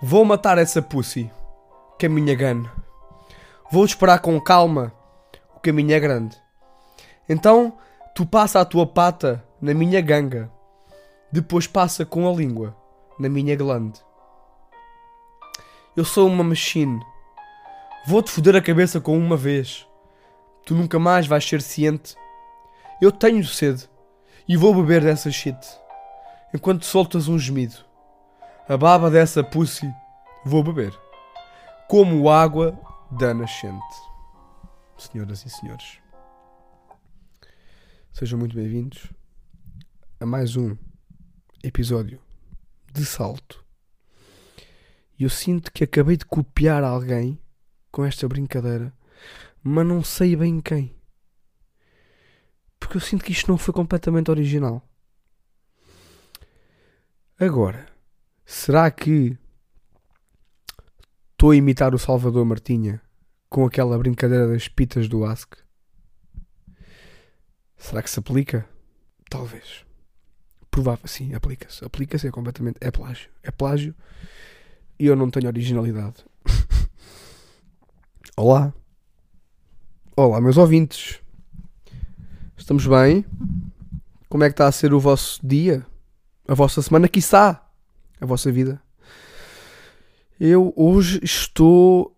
Vou matar essa pussy, que a minha gun. Vou esperar com calma, o caminho é grande. Então, tu passa a tua pata na minha ganga. Depois passa com a língua na minha glande. Eu sou uma machine. Vou-te foder a cabeça com uma vez. Tu nunca mais vais ser ciente. Eu tenho sede e vou beber dessa shit. Enquanto soltas um gemido. A baba dessa pussy vou beber. Como água da nascente. Senhoras e senhores, sejam muito bem-vindos a mais um episódio de Salto. E eu sinto que acabei de copiar alguém com esta brincadeira, mas não sei bem quem. Porque eu sinto que isto não foi completamente original. Agora, será que estou a imitar o Salvador Martinha com aquela brincadeira das pitas do Ask? Será que se aplica? Talvez. Provável, sim, aplica-se. Aplica-se, é completamente... É plágio. É plágio e eu não tenho originalidade. Olá. Olá, meus ouvintes. Estamos bem? Como é que está a ser o vosso dia? A vossa semana, quiçá? A vossa vida? Eu hoje estou...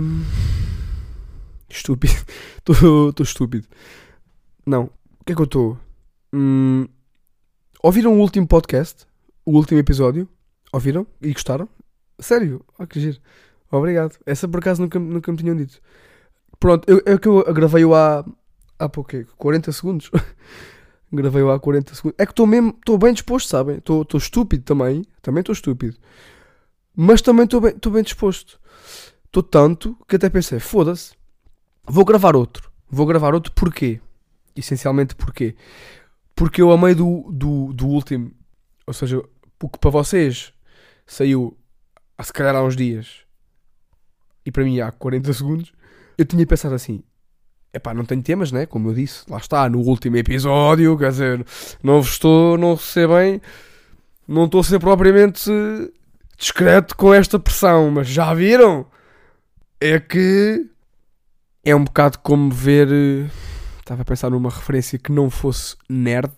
estúpido. Estou estúpido. Não. O que é que eu estou? Ouviram o último podcast? O último episódio? Ouviram? E gostaram? Sério? Que giro. Obrigado. Essa por acaso nunca me tinham dito. Pronto, eu gravei-o há pouco, 40 segundos. Gravei-o há 40 segundos. É que estou bem disposto, sabem? Estou estúpido também. Também estou estúpido. Mas também estou bem disposto. Estou tanto que até pensei, foda-se. Vou gravar outro. Porquê? Essencialmente porquê? Porque eu amei do último. Ou seja, o que para vocês saiu se calhar há uns dias e para mim há 40 segundos, eu tinha pensado assim, epá, não tenho temas, né? Como eu disse, lá está, no último episódio, quer dizer, não sei bem, não estou a ser propriamente discreto com esta pressão, mas já viram? É que é um bocado como ver, estava a pensar numa referência que não fosse nerd,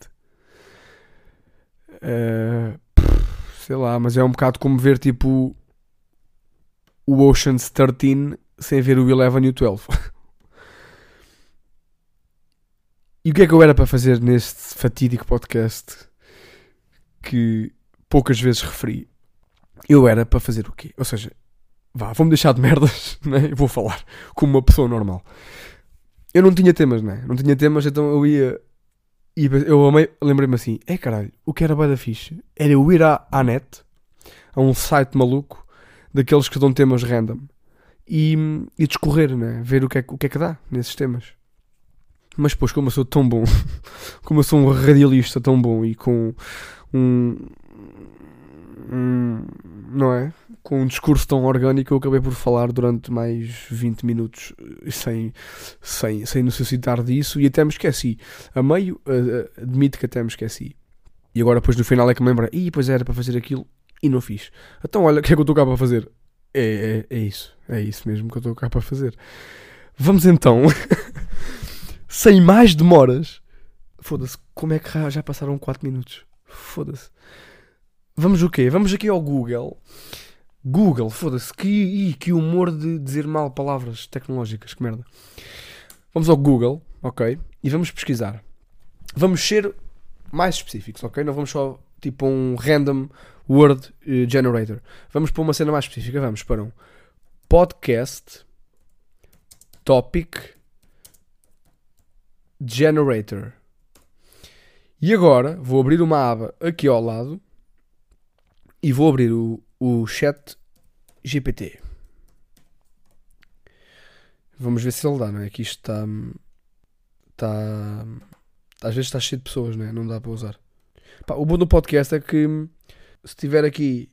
sei lá, mas é um bocado como ver tipo o Ocean's 13 sem ver o 11 e o 12. E o que é que eu era para fazer neste fatídico podcast que poucas vezes referi? Eu era para fazer o quê? Ou seja, vou-me deixar de merdas, né? Eu vou falar como uma pessoa normal. Eu não tinha temas, né? Não tinha temas, então eu ia... E eu lembrei-me assim, caralho, o que era bué da fixe era eu ir à net, a um site maluco, daqueles que dão temas random, e discorrer, né? Ver o que é que dá nesses temas. Mas depois, como eu sou tão bom, como eu sou um radialista tão bom e com não é? Com um discurso tão orgânico, eu acabei por falar durante mais 20 minutos sem necessitar disso e até me esqueci. A meio, admito que até me esqueci. E agora depois no final é que me lembro, pois era para fazer aquilo e não fiz. Então olha, o que é que eu estou cá para fazer? É isso mesmo que eu estou cá para fazer. Vamos então, sem mais demoras. Foda-se, como é que já passaram 4 minutos? Foda-se. Vamos o quê? Vamos aqui ao Google. Google, foda-se, que humor de dizer mal palavras tecnológicas, que merda. Vamos ao Google, ok? E vamos pesquisar. Vamos ser mais específicos, ok? Não vamos só tipo um random word generator. Vamos para uma cena mais específica. Vamos para um podcast topic generator. E agora vou abrir uma aba aqui ao lado e vou abrir o chat GPT. Vamos ver se ele dá, não é? Que isto está às vezes está cheio de pessoas, não é? Não dá para usar. Pá, o bom do podcast é que se tiver aqui...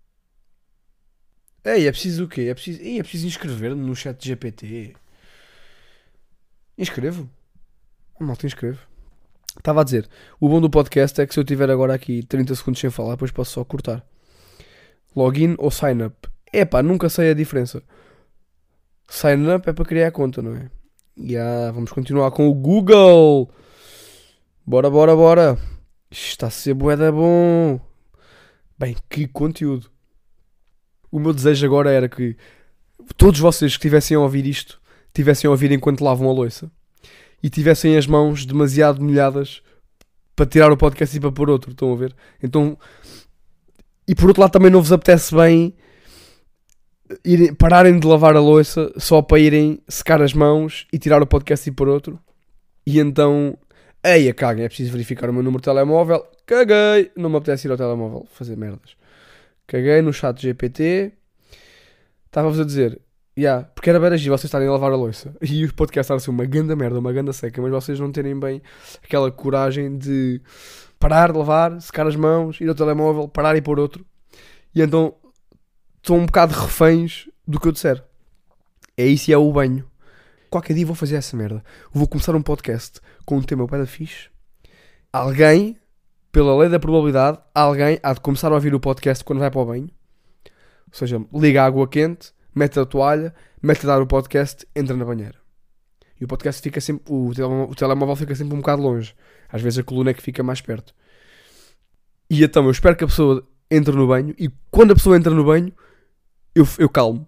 é preciso o quê? É preciso inscrever-me no chat GPT. Inscrevo? Malta, inscrevo. Estava a dizer, o bom do podcast é que se eu tiver agora aqui 30 segundos sem falar, depois posso só cortar. Login ou sign up. Epá, nunca sei a diferença. Sign up é para criar conta, não é? Vamos continuar com o Google. Bora, bora, bora. Isto está a ser bué da bom. Bem, que conteúdo. O meu desejo agora era que todos vocês que estivessem a ouvir isto, tivessem a ouvir enquanto lavam a louça e tivessem as mãos demasiado molhadas para tirar o podcast e para pôr outro, estão a ver? Então, e por outro lado também não vos apetece bem pararem de lavar a louça só para irem secar as mãos e tirar o podcast e pôr outro. E então, eia, caguem, é preciso verificar o meu número de telemóvel. Caguei, não me apetece ir ao telemóvel fazer merdas. Caguei no chat GPT. Estava-vos a dizer, porque era bem vocês estarem a lavar a louça e o podcast estar a ser uma ganda merda, uma ganda seca, mas vocês não terem bem aquela coragem de parar de lavar, secar as mãos, ir ao telemóvel, parar e pôr outro. E então estão um bocado reféns do que eu disser. É isso e é o banho. Qualquer dia vou fazer essa merda. Vou começar um podcast com um tema bué da fixe. Alguém, pela lei da probabilidade, alguém há de começar a ouvir o podcast quando vai para o banho. Ou seja, liga a água quente, mete a toalha, mete a dar o podcast, entra na banheira. E o podcast fica sempre... O telemóvel fica sempre um bocado longe. Às vezes a coluna é que fica mais perto. E então eu espero que a pessoa entre no banho e quando a pessoa entra no banho, eu calmo.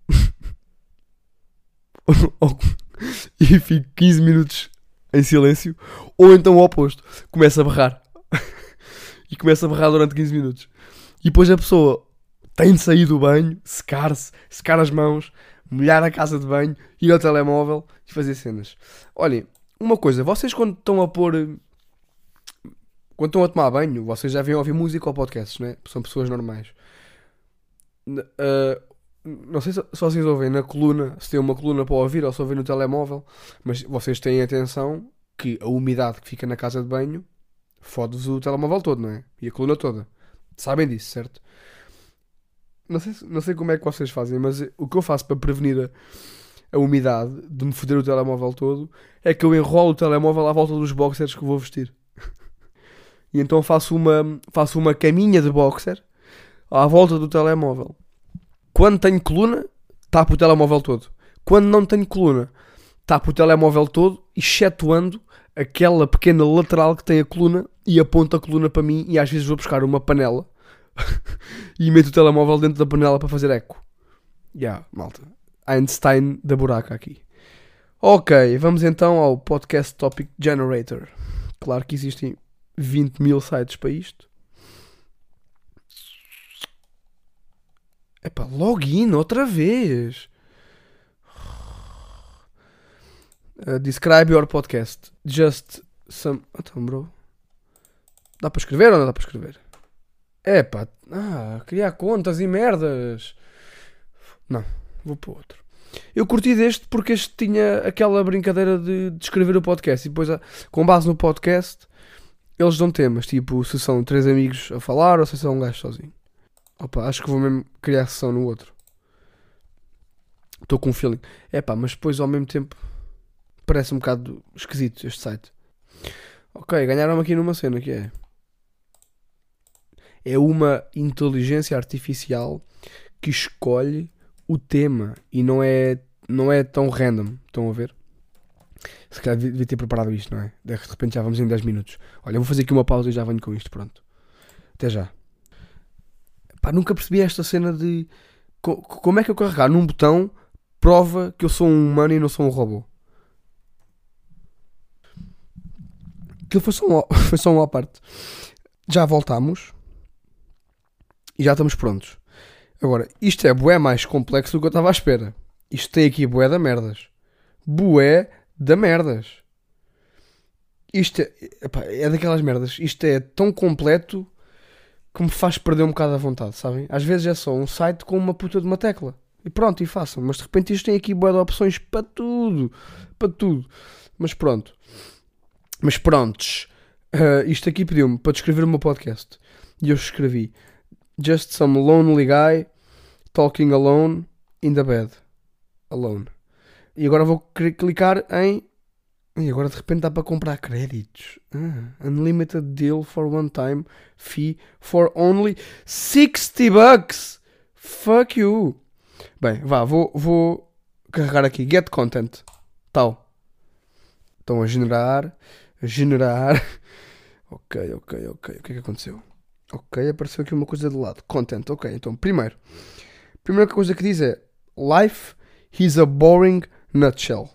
E fico 15 minutos em silêncio. Ou então o oposto. Começa a berrar. E começa a berrar durante 15 minutos. E depois a pessoa tem de sair do banho, secar-se, secar as mãos, molhar a casa de banho, ir ao telemóvel e fazer cenas. Olhem, uma coisa, vocês quando estão a pôr... Quando estão a tomar banho, vocês já vêm ouvir música ou podcasts, não é? São pessoas normais. Não sei se vocês ouvem na coluna, se tem uma coluna para ouvir ou se ouvem no telemóvel, mas vocês têm atenção que a umidade que fica na casa de banho fode-vos o telemóvel todo, não é? E a coluna toda. Sabem disso, certo? Não sei como é que vocês fazem, mas o que eu faço para prevenir a umidade de me foder o telemóvel todo é que eu enrolo o telemóvel à volta dos boxers que vou vestir. E então faço uma caminha de boxer à volta do telemóvel. Quando tenho coluna, tapo o telemóvel todo. Quando não tenho coluna, tapo o telemóvel todo, excetuando aquela pequena lateral que tem a coluna e aponta a coluna para mim e às vezes vou buscar uma panela e meto o telemóvel dentro da panela para fazer eco. Malta. Einstein da buraca aqui. Ok, vamos então ao Podcast Topic Generator. Claro que existem 20 mil sites para isto. Epá, login outra vez. Describe your podcast. Just some... Então, bro. Dá para escrever ou não dá para escrever? Epá. Criar contas e merdas. Não, vou para outro. Eu curti deste porque este tinha aquela brincadeira de escrever o podcast. E depois, com base no podcast, eles dão temas. Tipo, se são 3 amigos a falar ou se são um gajo sozinho. Opa, acho que vou mesmo criar sessão no outro. Estou com um feeling. Mas depois ao mesmo tempo parece um bocado esquisito este site. Ok, ganharam-me aqui numa cena que é uma inteligência artificial que escolhe o tema e não é tão random. Estão a ver? Se calhar devia ter preparado isto, não é? De repente já vamos em 10 minutos. Olha, vou fazer aqui uma pausa e já venho com isto, pronto. Até já. Nunca percebi esta cena de... Como é que eu carregar num botão prova que eu sou um humano e não sou um robô? Aquilo foi só uma parte. Já voltámos. E já estamos prontos. Agora, isto é bué mais complexo do que eu estava à espera. Isto tem aqui bué da merdas. Bué da merdas. Isto é daquelas merdas. Isto é tão completo que me faz perder um bocado a vontade, sabem? Às vezes é só um site com uma puta de uma tecla. E pronto, e façam. Mas de repente isto tem aqui bué de opções para tudo. Para tudo. Mas pronto. Mas prontos. Isto aqui pediu-me para descrever o meu podcast. E eu escrevi: Just some lonely guy talking alone in the bed. Alone. E agora vou clicar em... E agora de repente dá para comprar créditos. Unlimited deal for one time fee for only $60. Fuck you. Bem, vá, vou carregar aqui. Get content. Tal. Estão a generar. Ok. O que é que aconteceu? Ok, apareceu aqui uma coisa de lado. Content, ok. Então, primeira coisa que diz é Life is a boring nutshell.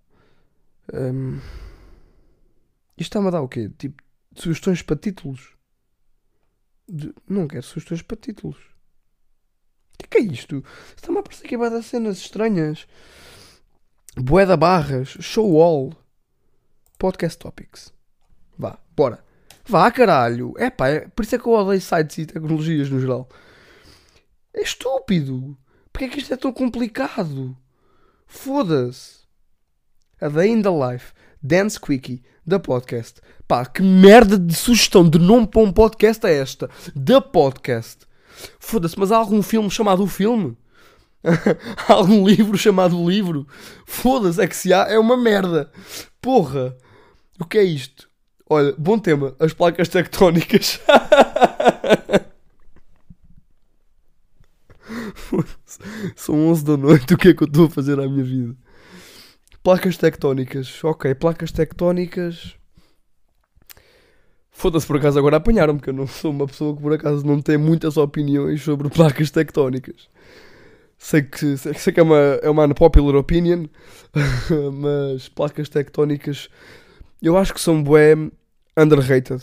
Isto está-me a dar o quê? Tipo, sugestões para títulos? Não quero sugestões para títulos. O que é isto? Está-me a parecer que vai dar cenas estranhas. Bué da barras. Show all. Podcast topics. Vá, bora. Vá, caralho. Por isso é que eu odeio sites e tecnologias no geral. É estúpido. Porquê é que isto é tão complicado? Foda-se. A Day in the Life. Dance Quickie. Da podcast. Pá, que merda de sugestão de nome para um podcast é esta? Da podcast. Foda-se, mas há algum filme chamado O Filme? Há algum livro chamado O Livro? Foda-se, é que se há, é uma merda. Porra. O que é isto? Olha, bom tema. As placas tectónicas. São 11 da noite. O que é que eu estou a fazer à minha vida? Placas tectónicas. Ok, placas tectónicas. Foda-se, por acaso agora apanharam-me, porque eu não sou uma pessoa que por acaso não tem muitas opiniões sobre placas tectónicas. Sei que é uma unpopular opinion, mas placas tectónicas eu acho que são bué underrated.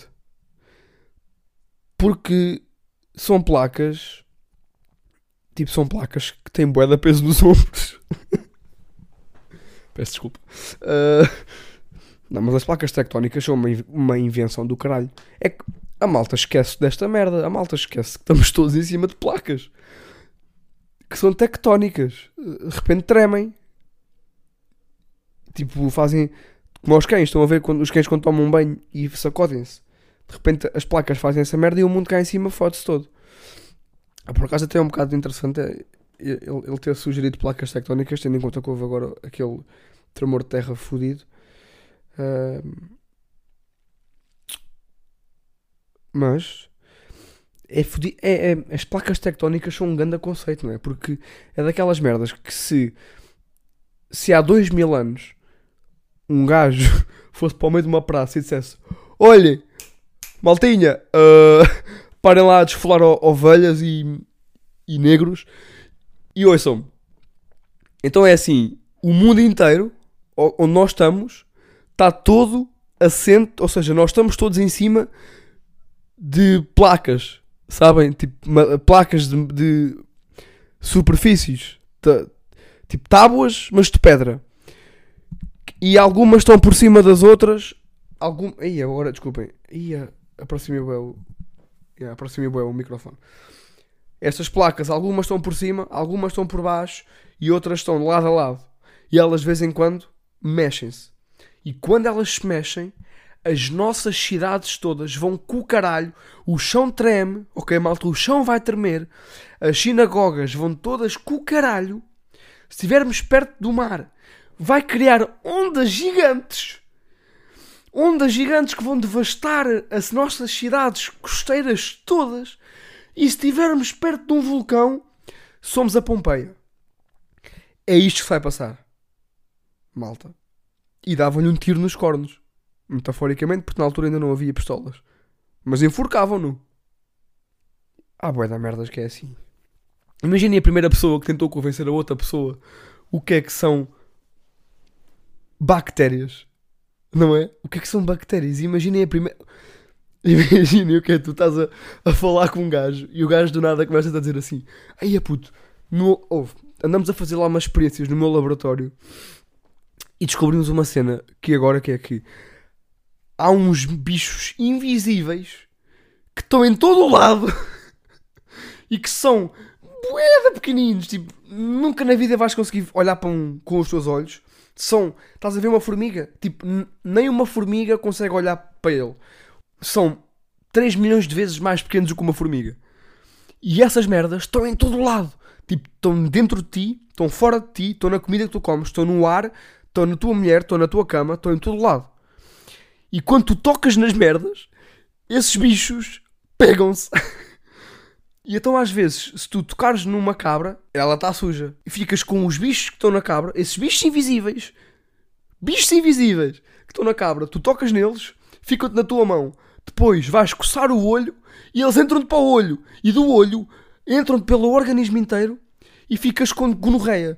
Porque são placas, tipo, são placas que têm bué de peso nos ombros. Peço desculpa. Não, mas as placas tectónicas são uma invenção do caralho. É que a malta esquece desta merda. A malta esquece que estamos todos em cima de placas que são tectónicas. De repente tremem. Tipo, fazem como os cães. Estão a ver os cães quando tomam um banho e sacodem-se. De repente as placas fazem essa merda e o mundo cai em cima, fode-se todo. Por acaso até é um bocado interessante ele ter sugerido placas tectónicas, tendo em conta que houve agora aquele tremor de terra fodido. Mas as placas tectónicas são um grande conceito, não é? Porque é daquelas merdas que se há 2000 anos um gajo fosse para o meio de uma praça e dissesse: olhem, maltinha, parem lá a desfolar ovelhas e negros e ouçam-me. Então é assim, o mundo inteiro onde nós estamos está todo assente, ou seja, nós estamos todos em cima de placas, sabem? Tipo, placas de superfícies, tipo tábuas, mas de pedra. E algumas estão por cima das outras. Agora, desculpem. Aproximei bem o microfone. Estas placas, algumas estão por cima, algumas estão por baixo e outras estão de lado a lado. E elas, de vez em quando, mexem-se. E quando elas se mexem, as nossas cidades todas vão com o caralho, o chão treme, ok, malta, o chão vai tremer, as sinagogas vão todas com o caralho. Se estivermos perto do mar, vai criar ondas gigantes que vão devastar as nossas cidades costeiras todas. E se estivermos perto de um vulcão, somos a Pompeia. É isto que vai passar, malta. E davam-lhe um tiro nos cornos, metaforicamente, porque na altura ainda não havia pistolas, mas enforcavam-no. Bué da merdas que é assim. Imaginem a primeira pessoa que tentou convencer a outra pessoa o que é que são bactérias, não é? O que é que são bactérias? Imaginem a primeira... Imaginem o que é, tu estás a falar com um gajo e o gajo do nada começa a dizer assim: aí puto, andamos a fazer lá umas experiências no meu laboratório e descobrimos uma cena que é que há uns bichos invisíveis que estão em todo o lado e que são bué pequeninos, tipo, nunca na vida vais conseguir olhar para com os teus olhos. Estás a ver uma formiga? Tipo, nem uma formiga consegue olhar para ele. São 3 milhões de vezes mais pequenos do que uma formiga. E essas merdas estão em todo o lado. Tipo, estão dentro de ti, estão fora de ti, estão na comida que tu comes, estão no ar, estão na tua mulher, estão na tua cama, estão em todo o lado. E quando tu tocas nas merdas, esses bichos pegam-se E então às vezes, se tu tocares numa cabra, ela está suja. E ficas com os bichos que estão na cabra, esses bichos invisíveis, que estão na cabra, tu tocas neles, ficam-te na tua mão. Depois vais coçar o olho e eles entram-te para o olho. E do olho entram-te pelo organismo inteiro e ficas com gonorreia.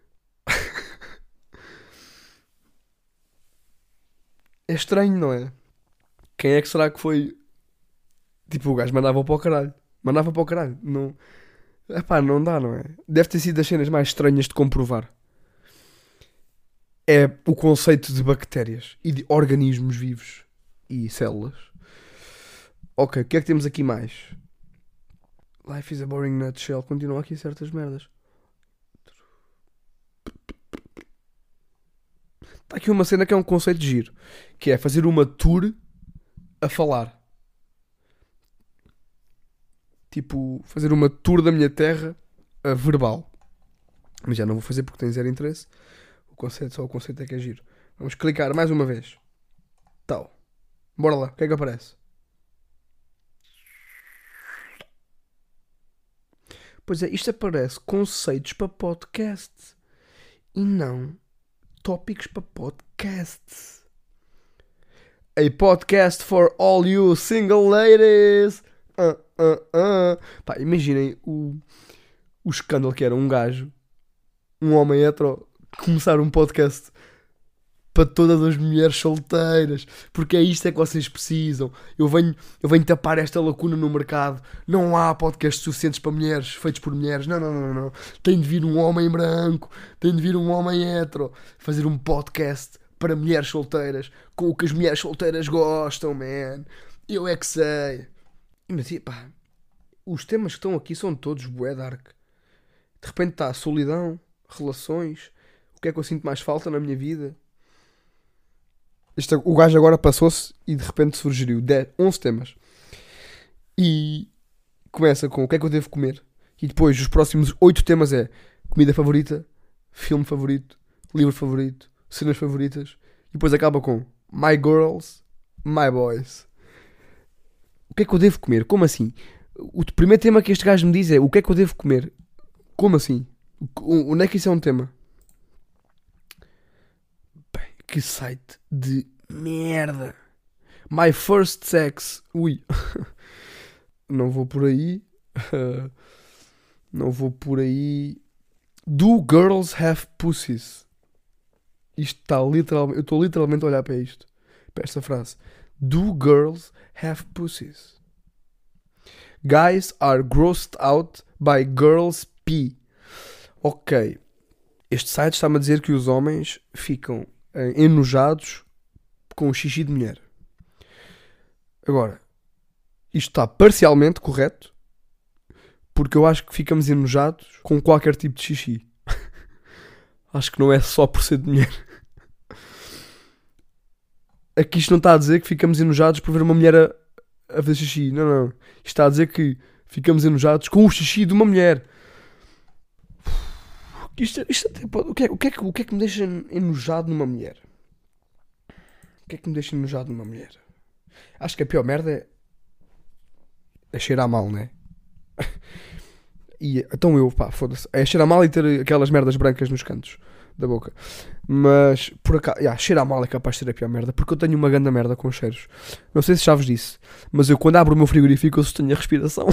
É estranho, não é? Quem é que será que foi? Tipo, o gajo mandava para o caralho. Mandava para o caralho. Não... Epá, não dá, não é? Deve ter sido das cenas mais estranhas de comprovar. É o conceito de bactérias e de organismos vivos e células. Ok, o que é que temos aqui mais? Life is a boring nutshell. Continua aqui certas merdas. Está aqui uma cena que é um conceito de giro. Que é fazer uma tour a falar. Tipo, fazer uma tour da minha terra verbal. Mas já não vou fazer porque tem zero interesse. Só o conceito é que é giro. Vamos clicar mais uma vez. Tal. Bora lá, o que é que aparece? Pois é, isto aparece conceitos para podcast. E não tópicos para podcasts. A podcast for all you single ladies. Pá, imaginem o escândalo que era um gajo, um homem hetero, começar um podcast para todas as mulheres solteiras, porque é isto é que vocês precisam. Eu venho tapar esta lacuna no mercado. Não há podcasts suficientes para mulheres, feitos por mulheres. Não. Tem de vir um homem branco, tem de vir um homem hetero, fazer um podcast para mulheres solteiras, com o que as mulheres solteiras gostam, man. Eu é que sei. Mas, pá, os temas que estão aqui são todos bué dark. De repente está solidão, relações, o que é que eu sinto mais falta na minha vida. O gajo agora passou-se e de repente surgiu 11 temas. E começa com o que é que eu devo comer. E depois os próximos 8 temas é comida favorita, filme favorito, livro favorito, cenas favoritas. E depois acaba com my girls, my boys. O que é que eu devo comer? Como assim? O primeiro tema que este gajo me diz é o que é que eu devo comer? Como assim? Onde é que isso é um tema? Bem, que site de merda. My first sex. Ui. Não vou por aí. Não vou por aí. Do girls have pussies? Isto está literalmente... Eu estou literalmente a olhar para isto. Para esta frase. Do girls have pussies? Guys are grossed out by girls pee. Ok. Este site está-me a dizer que os homens ficam enojados com o xixi de mulher. Agora, isto está parcialmente correto, porque eu acho que ficamos enojados com qualquer tipo de xixi. Acho que não é só por ser de mulher. Aqui isto não está a dizer que ficamos enojados por ver uma mulher a fazer xixi. Não. Isto está a dizer que ficamos enojados com o xixi de uma mulher. O que é que me deixa enojado numa mulher? O que é que me deixa enojado numa mulher? Acho que a pior merda é cheirar mal, não é? E então foda-se. É cheirar mal e ter aquelas merdas brancas nos cantos da boca. Mas, por acaso, cheirar mal é capaz de ser a pior merda, porque eu tenho uma grande merda com cheiros. Não sei se já vos disse, mas eu quando abro o meu frigorífico eu sustenho a respiração.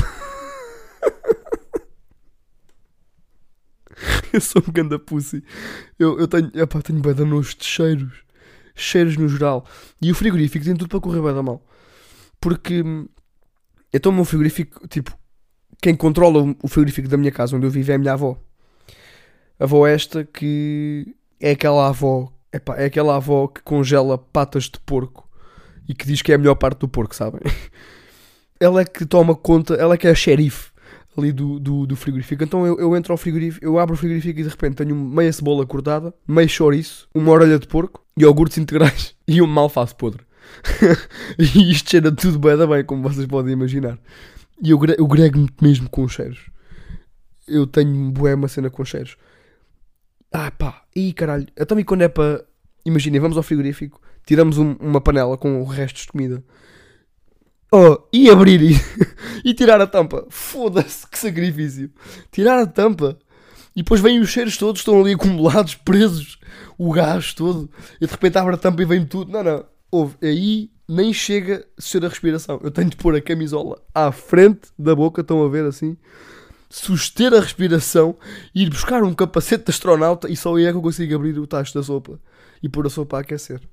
Eu sou um ganda pussy. Eu tenho bué de nojo de cheiros. Cheiros no geral. E o frigorífico tem tudo para correr bué da mal. Porque, então o meu frigorífico, tipo, quem controla o frigorífico da minha casa onde eu vivo é a minha avó. A avó esta que é aquela avó que congela patas de porco e que diz que é a melhor parte do porco, sabem? Ela é que toma conta, ela é que é a xerife ali do frigorífico. Então eu entro ao frigorífico, eu abro o frigorífico e de repente tenho meia cebola cortada, meio chouriço, uma orelha de porco, iogurtes integrais e uma alface podre. E isto cheira tudo bem, como vocês podem imaginar. E eu grego-me mesmo com os cheiros. Eu tenho uma cena com cheiros. Caralho. Então e quando é para... Imaginem, vamos ao frigorífico, tiramos uma panela com restos de comida Oh, e abrir e tirar a tampa. Foda-se, que sacrifício. Tirar a tampa. E depois vêm os cheiros todos, estão ali acumulados, presos. O gás todo. E de repente abre a tampa e vem tudo. Não. Ouve, aí nem chega a ser a respiração. Eu tenho de pôr a camisola à frente da boca, estão a ver assim. Suster a respiração, ir buscar um capacete de astronauta e só aí é que eu consigo abrir o tacho da sopa e pôr a sopa a aquecer.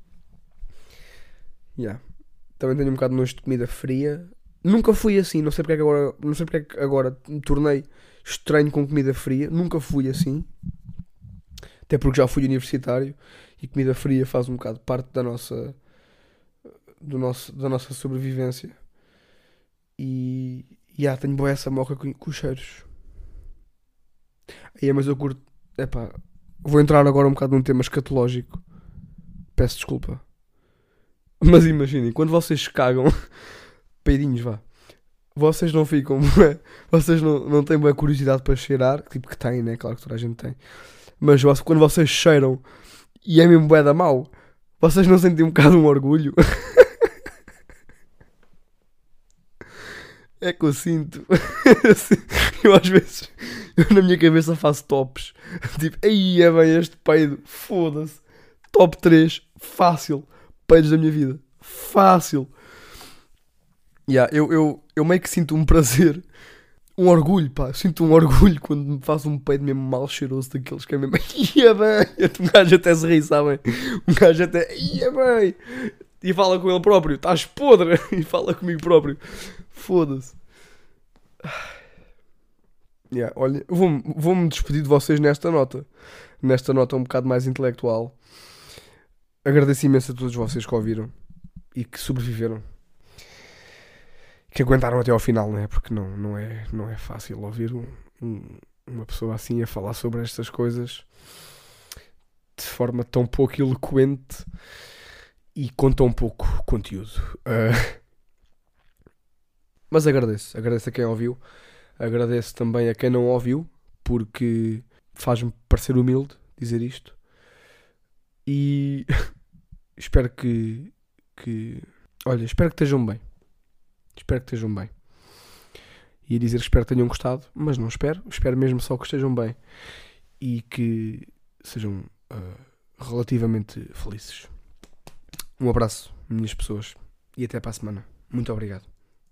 Yeah. Também tenho um bocado de nojo de comida fria. Nunca fui assim, não sei porque é que agora me tornei estranho com comida fria. Nunca fui assim. Até porque já fui universitário e comida fria faz um bocado parte da nossa sobrevivência. E tenho boa essa moca com os cheiros. Mas eu curto. Epá, vou entrar agora um bocado num tema escatológico. Peço desculpa. Mas imaginem, quando vocês cagam, peidinhos, vá. Vocês não ficam, vocês não têm boa curiosidade para cheirar, tipo que têm, né? Claro que toda a gente tem. Mas quando vocês cheiram e é mesmo bué da mau, vocês não sentem um bocado um orgulho? É que eu sinto. Eu às vezes, na minha cabeça faço tops. Tipo, aí é bem este peido, foda-se. Top 3, fácil. Peidos da minha vida, fácil. Eu meio que sinto um prazer, um orgulho, pá. Sinto um orgulho quando me faço um peido mesmo mal cheiroso daqueles que é mesmo. Ia bem. Um gajo até se ri, sabem? Um gajo até. Ia bem. E fala com ele próprio. Estás podre. E fala comigo próprio. Foda-se. Olha, vou-me despedir de vocês nesta nota. Nesta nota um bocado mais intelectual. Agradeço imenso a todos vocês que ouviram e que sobreviveram. Que aguentaram até ao final, né? Porque não é fácil ouvir uma pessoa assim a falar sobre estas coisas de forma tão pouco eloquente e com tão pouco conteúdo. Mas agradeço a quem ouviu, agradeço também a quem não ouviu, porque faz-me parecer humilde dizer isto. E espero que olha, espero que estejam bem. Espero que estejam bem. Ia dizer que espero que tenham gostado, mas não espero. Espero mesmo só que estejam bem e que sejam relativamente felizes. Um abraço, minhas pessoas, e até para a semana. Muito obrigado.